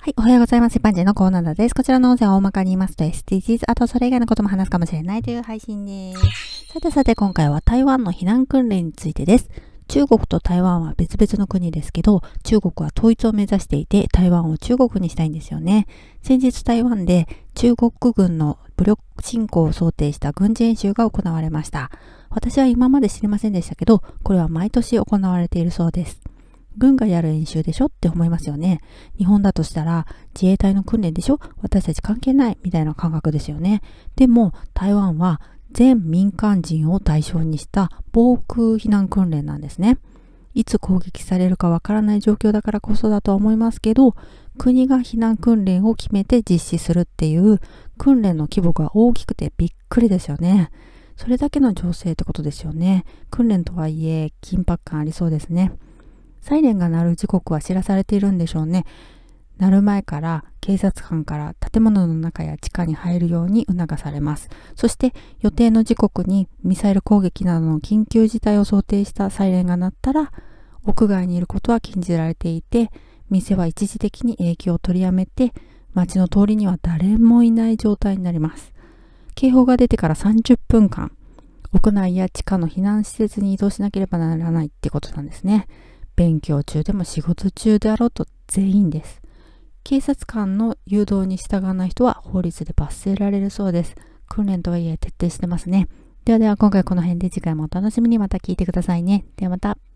はい、おはようございます。一般人のコーナーです。こちらの音声は大まかに言いますと SDGs、あとそれ以外のことも話すかもしれないという配信です。さて今回は台湾の避難訓練についてです。中国と台湾は別々の国ですけど、中国は統一を目指していて、台湾を中国にしたいんですよね。先日台湾で中国軍の武力侵攻を想定した軍事演習が行われました。私は今まで知りませんでしたけど、これは毎年行われているそうです。軍がやる演習でしょって思いますよね。日本だとしたら自衛隊の訓練でしょ、私たち関係ないみたいな感覚ですよね。でも台湾は全民間人を対象にした防空避難訓練なんですね。いつ攻撃されるかわからない状況だからこそだとは思いますけど、国が避難訓練を決めて実施するっていう訓練の規模が大きくてびっくりですよね。それだけの情勢ってことですよね。訓練とはいえ緊迫感ありそうですね。サイレンが鳴る時刻は知らされているんでしょうね。鳴る前から警察官から建物の中や地下に入るように促されます。そして予定の時刻にミサイル攻撃などの緊急事態を想定したサイレンが鳴ったら、屋外にいることは禁じられていて、店は一時的に営業を取りやめて、街の通りには誰もいない状態になります。警報が出てから30分間、屋内や地下の避難施設に移動しなければならないってことなんですね。勉強中でも仕事中であろうと全員です。警察官の誘導に従わない人は法律で罰せられるそうです。訓練とはいえ徹底してますね。では今回この辺で次回もお楽しみにまた聞いてくださいね。ではまた。